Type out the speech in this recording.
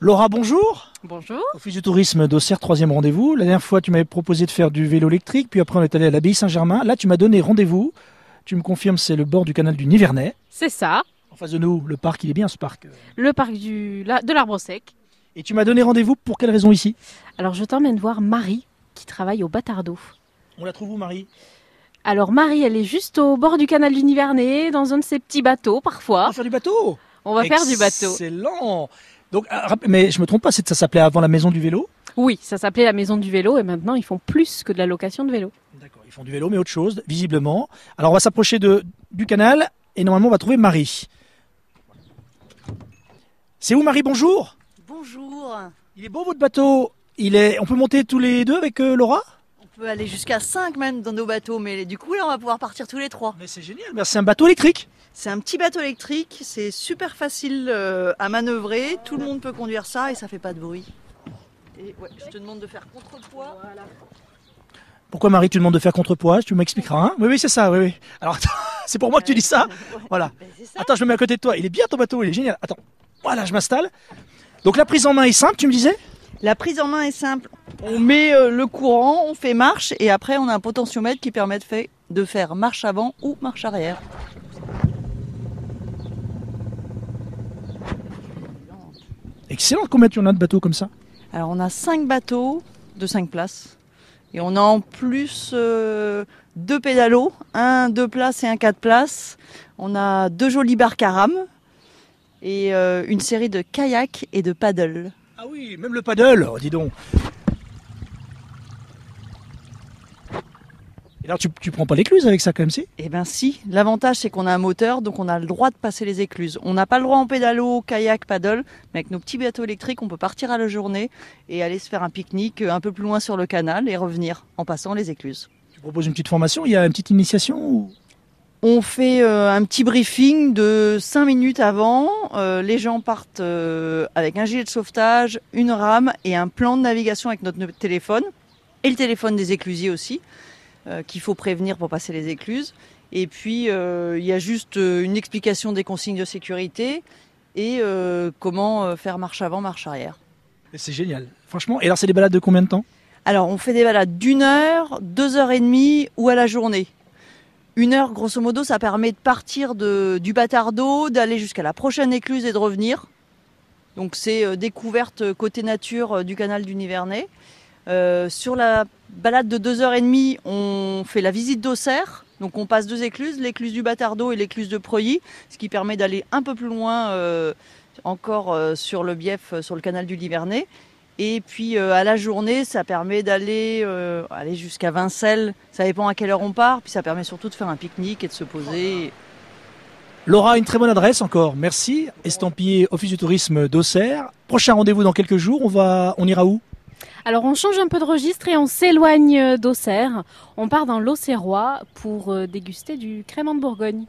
Laura, bonjour. Bonjour. Office du tourisme d'Auxerre, 3e rendez-vous. La dernière fois, tu m'avais proposé de faire du vélo électrique, puis après on est allé à l'abbaye Saint-Germain. Là, tu m'as donné rendez-vous. Tu me confirmes, c'est le bord du canal du Nivernais. C'est ça, En face de nous, le parc, il est bien ce parc. le parc de l'Arbre Sec. Et tu m'as donné rendez-vous pour quelle raison ici? Alors je t'emmène voir Marie qui travaille au Bâtard-d'Eau. On la trouve où, Marie? Alors Marie, elle est juste au bord du canal du Nivernais, dans un de ses petits bateaux On parfois. va faire du bateau. On va faire du bateau. Excellent. Donc, mais je me trompe pas, ça s'appelait avant la maison du vélo? Oui, ça s'appelait la maison du vélo et maintenant ils font plus que de la location de vélo. D'accord, ils font du vélo, mais autre chose, visiblement. Alors, on va s'approcher du canal et normalement, on va trouver Marie. C'est où, Marie? Bonjour. Bonjour. Il est beau votre bateau. On peut monter tous les deux avec Laura? On peut aller jusqu'à 5 même dans nos bateaux, mais du coup là on va pouvoir partir tous les 3. Mais c'est génial. C'est un bateau électrique. C'est un petit bateau électrique, c'est super facile à manœuvrer, tout le monde peut conduire ça et ça fait pas de bruit. Et ouais, je te demande de faire contrepoids. Pourquoi, Marie, tu demandes de faire contrepoids? Tu m'expliqueras, hein? Oui, c'est ça, oui. Alors, attends, c'est pour moi que tu dis ça? Voilà. Ben, c'est ça. Attends, je me mets à côté de toi. Il est bien ton bateau, il est génial. Attends, voilà, je m'installe. Donc la prise en main est simple, tu me disais? La prise en main est simple. On met le courant, on fait marche et après on a un potentiomètre qui permet de faire marche avant ou marche arrière. Excellent. Combien tu en as de bateaux comme ça? Alors on a 5 bateaux de 5 places. Et on a en plus 2 pédalos, un 2 places et un 4 places. On a 2 jolies barques à rame et une série de kayaks et de paddles. Ah oui, même le paddle, dis donc. Et alors, tu prends pas l'écluse avec ça quand même, si? Eh bien si, l'avantage c'est qu'on a un moteur, donc on a le droit de passer les écluses. On n'a pas le droit en pédalo, kayak, paddle, mais avec nos petits bateaux électriques, on peut partir à la journée et aller se faire un pique-nique un peu plus loin sur le canal et revenir en passant les écluses. Tu proposes une petite formation, il y a une petite initiation ou... On fait un petit briefing de 5 minutes avant. Les gens partent avec un gilet de sauvetage, une rame et un plan de navigation avec notre téléphone. Et le téléphone des éclusiers aussi, qu'il faut prévenir pour passer les écluses. Et puis, il y a juste une explication des consignes de sécurité et comment faire marche avant, marche arrière. Et c'est génial, franchement. Et alors, c'est des balades de combien de temps? Alors, on fait des balades d'1 heure, 2 heures et demie ou à la journée. 1 heure, grosso modo, ça permet de partir du Bâtard-d'Eau, d'aller jusqu'à la prochaine écluse et de revenir. Donc c'est découverte côté nature du canal du Nivernais. Sur la balade de 2 heures et demie, on fait la visite d'Auxerre. Donc on passe 2 écluses, l'écluse du Bâtard-d'Eau et l'écluse de Preuilly, ce qui permet d'aller un peu plus loin encore sur le Bief, sur le canal du Nivernais. Et puis à la journée, ça permet aller jusqu'à Vincelles. Ça dépend à quelle heure on part. Puis ça permet surtout de faire un pique-nique et de se poser. Laura, une très bonne adresse encore, merci. Estampillé Office du tourisme d'Auxerre. Prochain rendez-vous dans quelques jours, on ira où? Alors on change un peu de registre et on s'éloigne d'Auxerre. On part dans l'Auxerrois pour déguster du crément de Bourgogne.